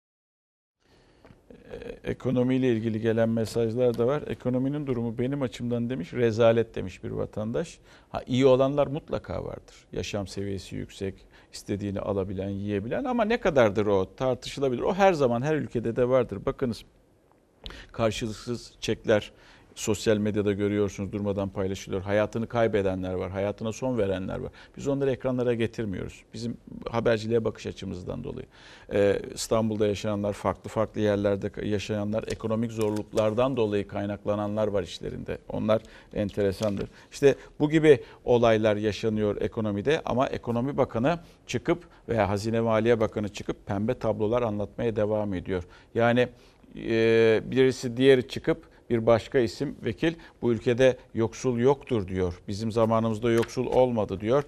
Ekonomiyle ilgili gelen mesajlar da var. Ekonominin durumu benim açımdan demiş, rezalet demiş bir vatandaş. İyi olanlar mutlaka vardır. Yaşam seviyesi yüksek, istediğini alabilen, yiyebilen ama ne kadardır o tartışılabilir. O her zaman her ülkede de vardır. Bakınız karşılıksız çekler sosyal medyada görüyorsunuz, durmadan paylaşılıyor. Hayatını kaybedenler var, hayatına son verenler var. Biz onları ekranlara getirmiyoruz. Bizim haberciliğe bakış açımızdan dolayı. İstanbul'da yaşayanlar, farklı yerlerde yaşayanlar, ekonomik zorluklardan dolayı kaynaklananlar var işlerinde. Onlar enteresandır. İşte bu gibi olaylar yaşanıyor ekonomide ama Ekonomi Bakanı çıkıp veya Hazine Maliye Bakanı çıkıp pembe tablolar anlatmaya devam ediyor. Yani birisi diğeri çıkıp bir başka isim vekil bu ülkede yoksul yoktur diyor. Bizim zamanımızda yoksul olmadı diyor.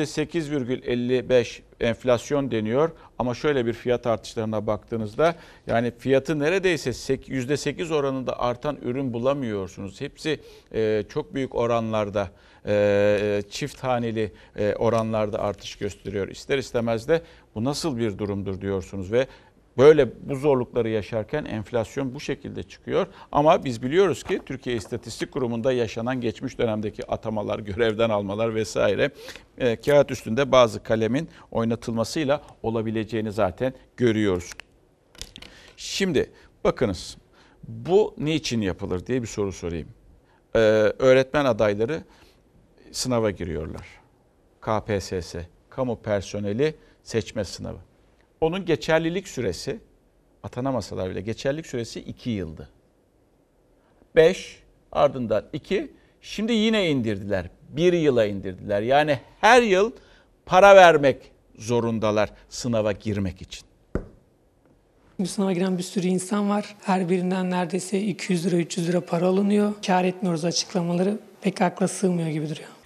%8,55 enflasyon deniyor ama şöyle bir fiyat artışlarına baktığınızda yani fiyatı neredeyse %8 oranında artan ürün bulamıyorsunuz. Hepsi çok büyük oranlarda çift haneli oranlarda artış gösteriyor. İster istemez de bu nasıl bir durumdur diyorsunuz ve böyle bu zorlukları yaşarken enflasyon bu şekilde çıkıyor. Ama biz biliyoruz ki Türkiye İstatistik Kurumu'nda yaşanan geçmiş dönemdeki atamalar, görevden almalar vesaire kağıt üstünde bazı kalemin oynatılmasıyla olabileceğini zaten görüyoruz. Şimdi bakınız bu niçin yapılır diye bir soru sorayım. Öğretmen adayları sınava giriyorlar. KPSS, kamu personeli seçme sınavı. Onun geçerlilik süresi, atanamasalar bile geçerlilik süresi 2 yıldı. 5, ardından 2, şimdi yine indirdiler. 1 yıla indirdiler. Yani her yıl para vermek zorundalar sınava girmek için. Bu sınava giren bir sürü insan var. Her birinden neredeyse 200 lira, 300 lira para alınıyor. Kâr etmiyoruz açıklamaları pek akla sığmıyor gibi duruyor.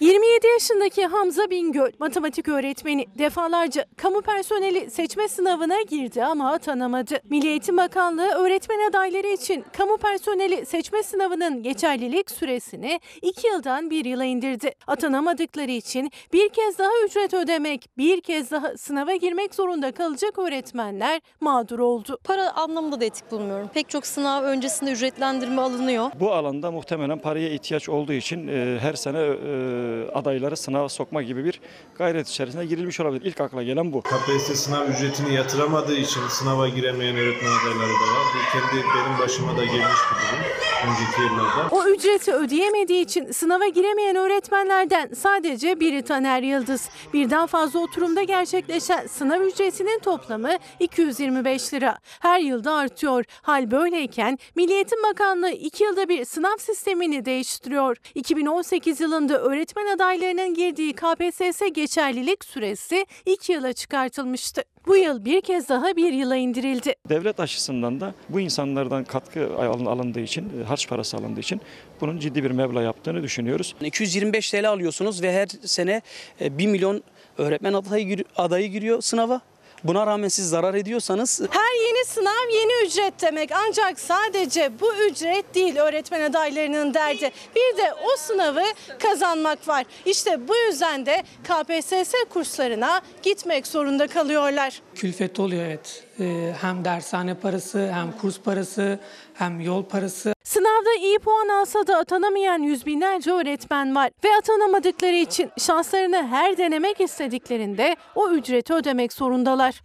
27 yaşındaki Hamza Bingöl, matematik öğretmeni, defalarca kamu personeli seçme sınavına girdi ama atanamadı. Milli Eğitim Bakanlığı öğretmen adayları için kamu personeli seçme sınavının geçerlilik süresini 2 yıldan 1 yıla indirdi. Atanamadıkları için bir kez daha ücret ödemek, bir kez daha sınava girmek zorunda kalacak öğretmenler mağdur oldu. Para anlamında da etik bulmuyorum. Pek çok sınav öncesinde ücretlendirme alınıyor. Bu alanda muhtemelen paraya ihtiyaç olduğu için her sene adayları sınava sokma gibi bir gayret içerisine girilmiş olabilir. İlk akla gelen bu. KPSS sınav ücretini yatıramadığı için sınava giremeyen öğretmen adayları da var. Bu benim başıma da gelmiş bir durum önceki yıllarda. O ücreti ödeyemediği için sınava giremeyen öğretmenlerden sadece biri Taner Yıldız. Birden fazla oturumda gerçekleşen sınav ücretinin toplamı 225 lira. Her yılda artıyor. Hal böyleyken Milli Eğitim Bakanlığı 2 yılda bir sınav sistemini değiştiriyor. 2018 yılında öğretmen adaylarının girdiği KPSS geçerlilik süresi 2 yıla çıkartılmıştı. Bu yıl bir kez daha 1 yıla indirildi. Devlet açısından da bu insanlardan katkı alındığı için, harç parası alındığı için bunun ciddi bir meblağ yaptığını düşünüyoruz. 225 TL alıyorsunuz ve her sene 1 milyon öğretmen adayı giriyor sınava. Buna rağmen siz zarar ediyorsanız... Her yeni sınav yeni ücret demek. Ancak sadece bu ücret değil öğretmen adaylarının derdi. Bir de o sınavı kazanmak var. İşte bu yüzden de KPSS kurslarına gitmek zorunda kalıyorlar. Külfet oluyor evet. Hem dershane parası, hem kurs parası, hem yol parası. Sınavda iyi puan alsa da atanamayan yüz binlerce öğretmen var. Ve atanamadıkları için şanslarını her denemek istediklerinde o ücreti ödemek zorundalar.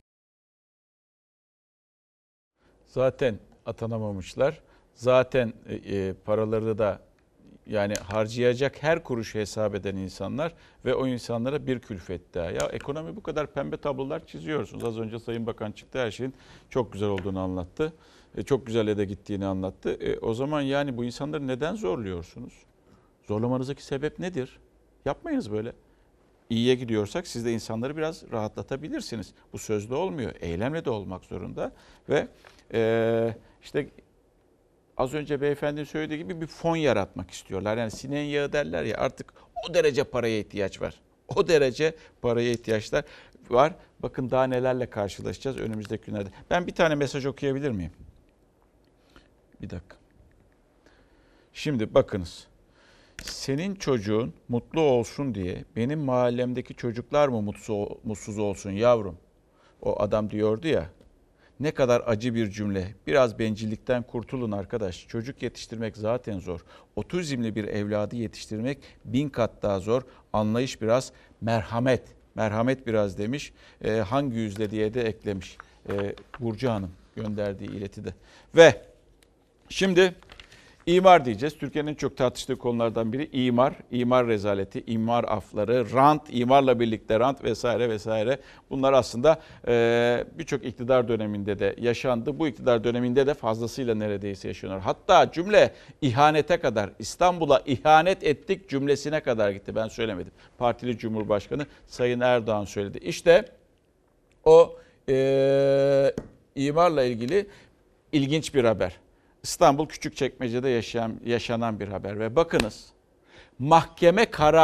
Zaten atanamamışlar. Zaten paraları da yani harcayacak her kuruşu hesap eden insanlar ve o insanlara bir külfet daha. Ya ekonomi bu kadar pembe tablolar çiziyorsunuz. Az önce Sayın Bakan çıktı, her şeyin çok güzel olduğunu anlattı. Çok güzel de gittiğini anlattı. O zaman yani bu insanları neden zorluyorsunuz? Zorlamanızdaki sebep nedir? Yapmayınız böyle. İyiye gidiyorsak siz de insanları biraz rahatlatabilirsiniz. Bu sözlü olmuyor. Eylemle de olmak zorunda. Ve işte az önce beyefendinin söylediği gibi bir fon yaratmak istiyorlar. Yani sineğin yağı derler ya, artık o derece paraya ihtiyaç var. O derece paraya ihtiyaçlar var. Bakın daha nelerle karşılaşacağız önümüzdeki günlerde. Ben bir tane mesaj okuyabilir miyim? Bir dakika. Şimdi bakınız. Senin çocuğun mutlu olsun diye benim mahallemdeki çocuklar mı mutsuz olsun yavrum? O adam diyordu ya. Ne kadar acı bir cümle. Biraz bencillikten kurtulun arkadaş. Çocuk yetiştirmek zaten zor. Otizmli bir evladı yetiştirmek 1000 kat daha zor. Anlayış biraz, merhamet. Merhamet biraz demiş. Hangi yüzle diye de eklemiş. Burcu Hanım gönderdiği iletide. Ve şimdi imar diyeceğiz. Türkiye'nin çok tartıştığı konulardan biri imar. İmar rezaleti, imar afları, rant, imarla birlikte rant vesaire vesaire. Bunlar aslında birçok iktidar döneminde de yaşandı. Bu iktidar döneminde de fazlasıyla neredeyse yaşanıyor. Hatta cümle ihanete kadar, İstanbul'a ihanet ettik cümlesine kadar gitti. Ben söylemedim. Partili Cumhurbaşkanı Sayın Erdoğan söyledi. İşte o imarla ilgili ilginç bir haber. İstanbul Küçükçekmece'de yaşanan bir haber ve bakınız mahkeme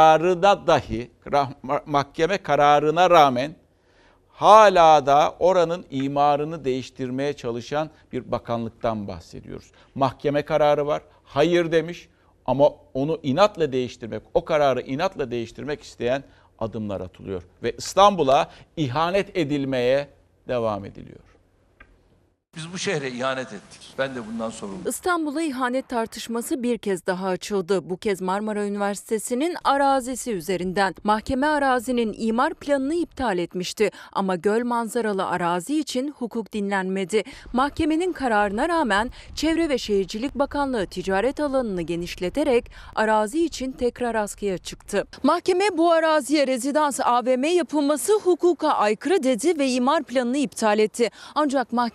kararına rağmen hala da oranın imarını değiştirmeye çalışan bir bakanlıktan bahsediyoruz. Mahkeme kararı var, hayır demiş ama onu inatla değiştirmek, o kararı inatla değiştirmek isteyen adımlar atılıyor ve İstanbul'a ihanet edilmeye devam ediliyor. Biz bu şehre ihanet ettik. Ben de bundan sorumluyum. İstanbul'a ihanet tartışması bir kez daha açıldı. Bu kez Marmara Üniversitesi'nin arazisi üzerinden. Mahkeme arazinin imar planını iptal etmişti. Ama göl manzaralı arazi için hukuk dinlenmedi. Mahkemenin kararına rağmen Çevre ve Şehircilik Bakanlığı ticaret alanını genişleterek arazi için tekrar askıya çıktı. Mahkeme bu araziye rezidans AVM yapılması hukuka aykırı dedi ve imar planını iptal etti. Ancak mahkemenin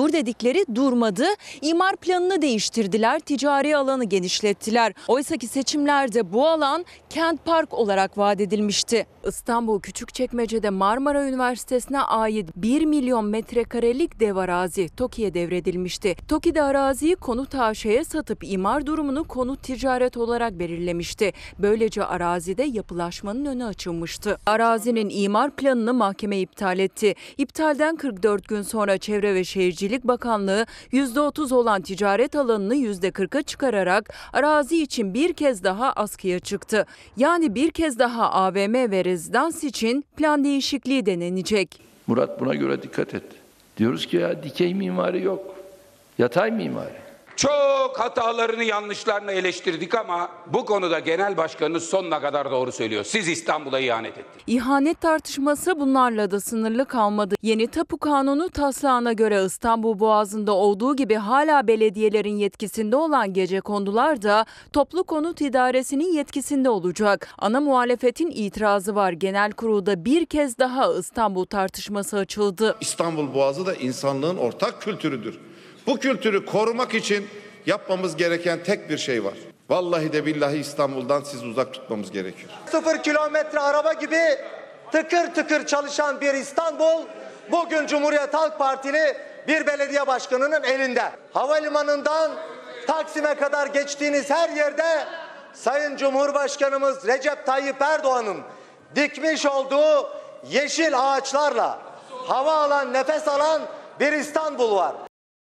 dur dedikleri durmadı. İmar planını değiştirdiler, ticari alanı genişlettiler. Oysaki seçimlerde bu alan kent park olarak vaat edilmişti. İstanbul Küçükçekmece'de Marmara Üniversitesi'ne ait 1 milyon metrekarelik dev arazi TOKİ'ye devredilmişti. TOKİ de araziyi Konut AŞ'ye satıp imar durumunu konut ticaret olarak belirlemişti. Böylece arazide yapılaşmanın önü açılmıştı. Arazinin imar planını mahkeme iptal etti. İptalden 44 gün sonra Çevre ve Şehircilik Bakanlığı %30 olan ticaret alanını %40'a çıkararak arazi için bir kez daha askıya çıktı. Yani bir kez daha AVM ve rezidans için plan değişikliği denenecek. Murat buna göre dikkat et. Diyoruz ki ya dikey mimari yok. Yatay mimari. Çok hatalarını, yanlışlarını eleştirdik ama bu konuda genel başkanınız sonuna kadar doğru söylüyor. Siz İstanbul'a ihanet ettiniz. İhanet tartışması bunlarla da sınırlı kalmadı. Yeni tapu kanunu taslağına göre İstanbul Boğazı'nda olduğu gibi hala belediyelerin yetkisinde olan gecekondular da Toplu Konut İdaresi'nin yetkisinde olacak. Ana muhalefetin itirazı var. Genel kurulda bir kez daha İstanbul tartışması açıldı. İstanbul Boğazı da insanlığın ortak kültürüdür. Bu kültürü korumak için yapmamız gereken tek bir şey var. Vallahi de billahi İstanbul'dan sizi uzak tutmamız gerekiyor. 0 kilometre araba gibi tıkır tıkır çalışan bir İstanbul bugün Cumhuriyet Halk Partili bir belediye başkanının elinde. Havalimanından Taksim'e kadar geçtiğiniz her yerde Sayın Cumhurbaşkanımız Recep Tayyip Erdoğan'ın dikmiş olduğu yeşil ağaçlarla hava alan, nefes alan bir İstanbul var.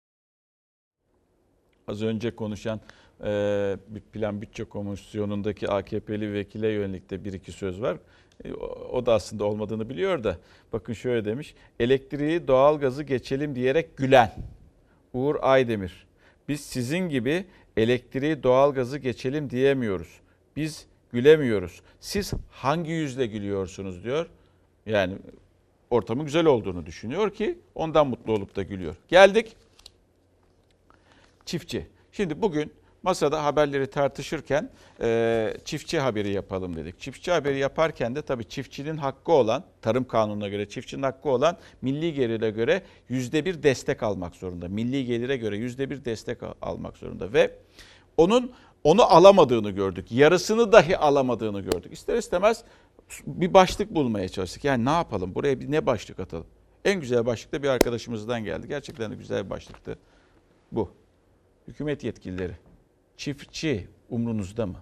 Az önce konuşan bir plan bütçe komisyonundaki AKP'li vekile yönelik de bir iki söz var. O da aslında olmadığını biliyor da bakın şöyle demiş. Elektriği, doğalgazı geçelim diyerek gülen Uğur Aydemir. Biz sizin gibi elektriği, doğalgazı geçelim diyemiyoruz. Biz gülemiyoruz. Siz hangi yüzle gülüyorsunuz diyor. Yani ortamın güzel olduğunu düşünüyor ki ondan mutlu olup da gülüyor. Geldik. Çiftçi. Şimdi bugün masada haberleri tartışırken çiftçi haberi yapalım dedik. Çiftçi haberi yaparken de tabii çiftçinin hakkı olan, tarım kanununa göre çiftçinin hakkı olan milli gelire göre %1 destek almak zorunda. Milli gelire göre %1 destek almak zorunda ve onu alamadığını gördük. Yarısını dahi alamadığını gördük. İster istemez bir başlık bulmaya çalıştık. Yani ne yapalım? Buraya bir ne başlık atalım? En güzel başlık da bir arkadaşımızdan geldi. Gerçekten de güzel bir başlıktı. Bu. Hükümet yetkilileri, çiftçi umrunuzda mı?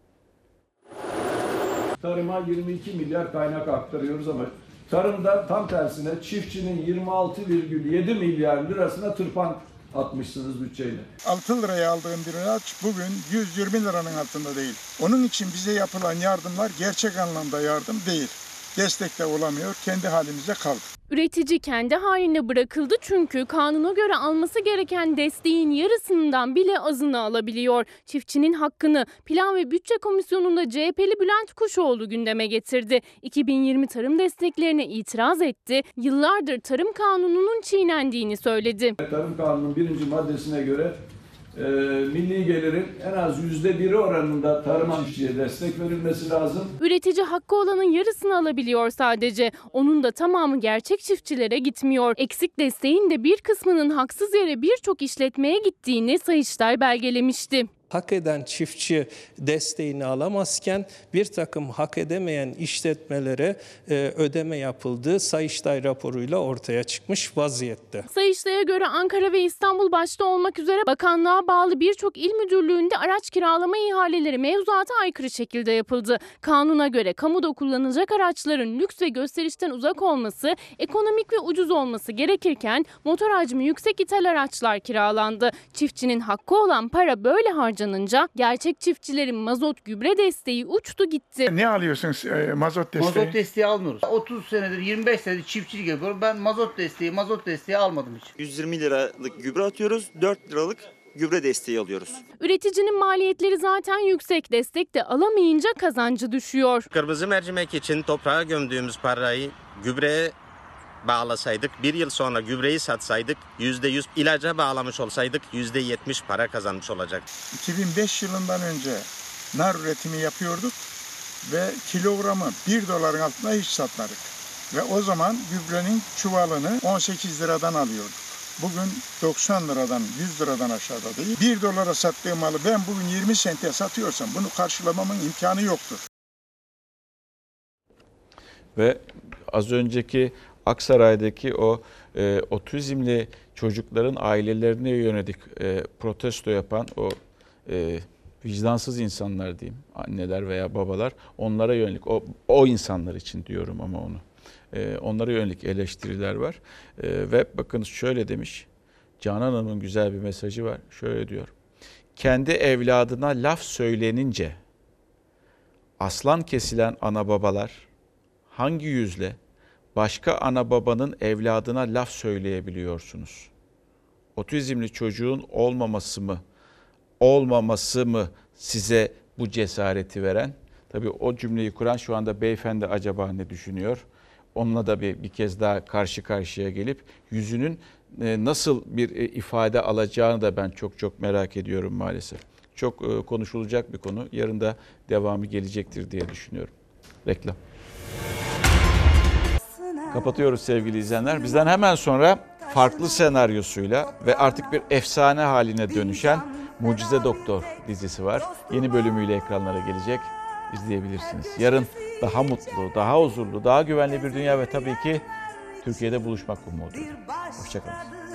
Tarıma 22 milyar kaynak aktarıyoruz ama tarımda tam tersine çiftçinin 26,7 milyar lirasına tırpan atmışsınız bütçeyle. 6 liraya aldığım bir ilaç bugün 120 liranın altında değil. Onun için bize yapılan yardımlar gerçek anlamda yardım değil. Destek de olamıyor, kendi halimize kaldık. Üretici kendi haline bırakıldı çünkü kanuna göre alması gereken desteğin yarısından bile azını alabiliyor. Çiftçinin hakkını Plan ve Bütçe Komisyonu'nda CHP'li Bülent Kuşoğlu gündeme getirdi. 2020 tarım desteklerine itiraz etti. Yıllardır tarım kanununun çiğnendiğini söyledi. Tarım kanunun 1. maddesine göre milli gelirin en az %1'i oranında tarım çiftçiye destek verilmesi lazım. Üretici hakkı olanın yarısını alabiliyor sadece. Onun da tamamı gerçek çiftçilere gitmiyor. Eksik desteğin de bir kısmının haksız yere birçok işletmeye gittiğini Sayıştay belgelemişti. Hak eden çiftçi desteğini alamazken bir takım hak edemeyen işletmelere ödeme yapıldığı Sayıştay raporuyla ortaya çıkmış vaziyette. Sayıştay'a göre Ankara ve İstanbul başta olmak üzere bakanlığa bağlı birçok il müdürlüğünde araç kiralama ihaleleri mevzuata aykırı şekilde yapıldı. Kanuna göre kamuda kullanılacak araçların lüks ve gösterişten uzak olması, ekonomik ve ucuz olması gerekirken motor hacmi yüksek ithal araçlar kiralandı. Çiftçinin hakkı olan para böyle harcanınca gerçek çiftçilerin mazot gübre desteği uçtu gitti. Ne alıyorsunuz mazot desteği? Mazot desteği almıyoruz. 30 senedir 25 senedir çiftçilik yapıyorum. Ben mazot desteği almadım hiç. 120 liralık gübre atıyoruz, 4 liralık gübre desteği alıyoruz. Üreticinin maliyetleri zaten yüksek, destek de alamayınca kazancı düşüyor. Kırmızı mercimek için toprağa gömdüğümüz parayı gübreye bağlasaydık, bir yıl sonra gübreyi satsaydık %100, ilaca bağlamış olsaydık %70 para kazanmış olacak. 2005 yılından önce nar üretimi yapıyorduk ve kilogramı 1 doların altında hiç satmadık. Ve o zaman gübrenin çuvalını 18 liradan alıyorduk. bugün 90 liradan 100 liradan aşağıda değil. 1 dolara sattığım malı ben bugün 20 sente satıyorsam bunu karşılamamın imkanı yoktur. Ve az önceki Aksaray'daki o otizmli çocukların ailelerine yönelik protesto yapan o vicdansız insanlar diyeyim, anneler veya babalar, onlara yönelik, o insanlar için diyorum ama onu. Onlara yönelik eleştiriler var. Ve bakın şöyle demiş, Canan Hanım'ın güzel bir mesajı var. Şöyle diyor, kendi evladına laf söylenince aslan kesilen ana babalar hangi yüzle başka ana babanın evladına laf söyleyebiliyorsunuz? Otizmli çocuğun olmaması mı size bu cesareti veren? Tabii o cümleyi kuran şu anda beyefendi acaba ne düşünüyor? Onunla da bir kez daha karşı karşıya gelip yüzünün nasıl bir ifade alacağını da ben çok merak ediyorum maalesef. Çok konuşulacak bir konu. Yarın da devamı gelecektir diye düşünüyorum. Reklam. Kapatıyoruz sevgili izleyenler. Bizden hemen sonra farklı senaryosuyla ve artık bir efsane haline dönüşen Mucize Doktor dizisi var. Yeni bölümüyle ekranlara gelecek. İzleyebilirsiniz. Yarın daha mutlu, daha huzurlu, daha güvenli bir dünya ve tabii ki Türkiye'de buluşmak umuduyla. Hoşçakalın.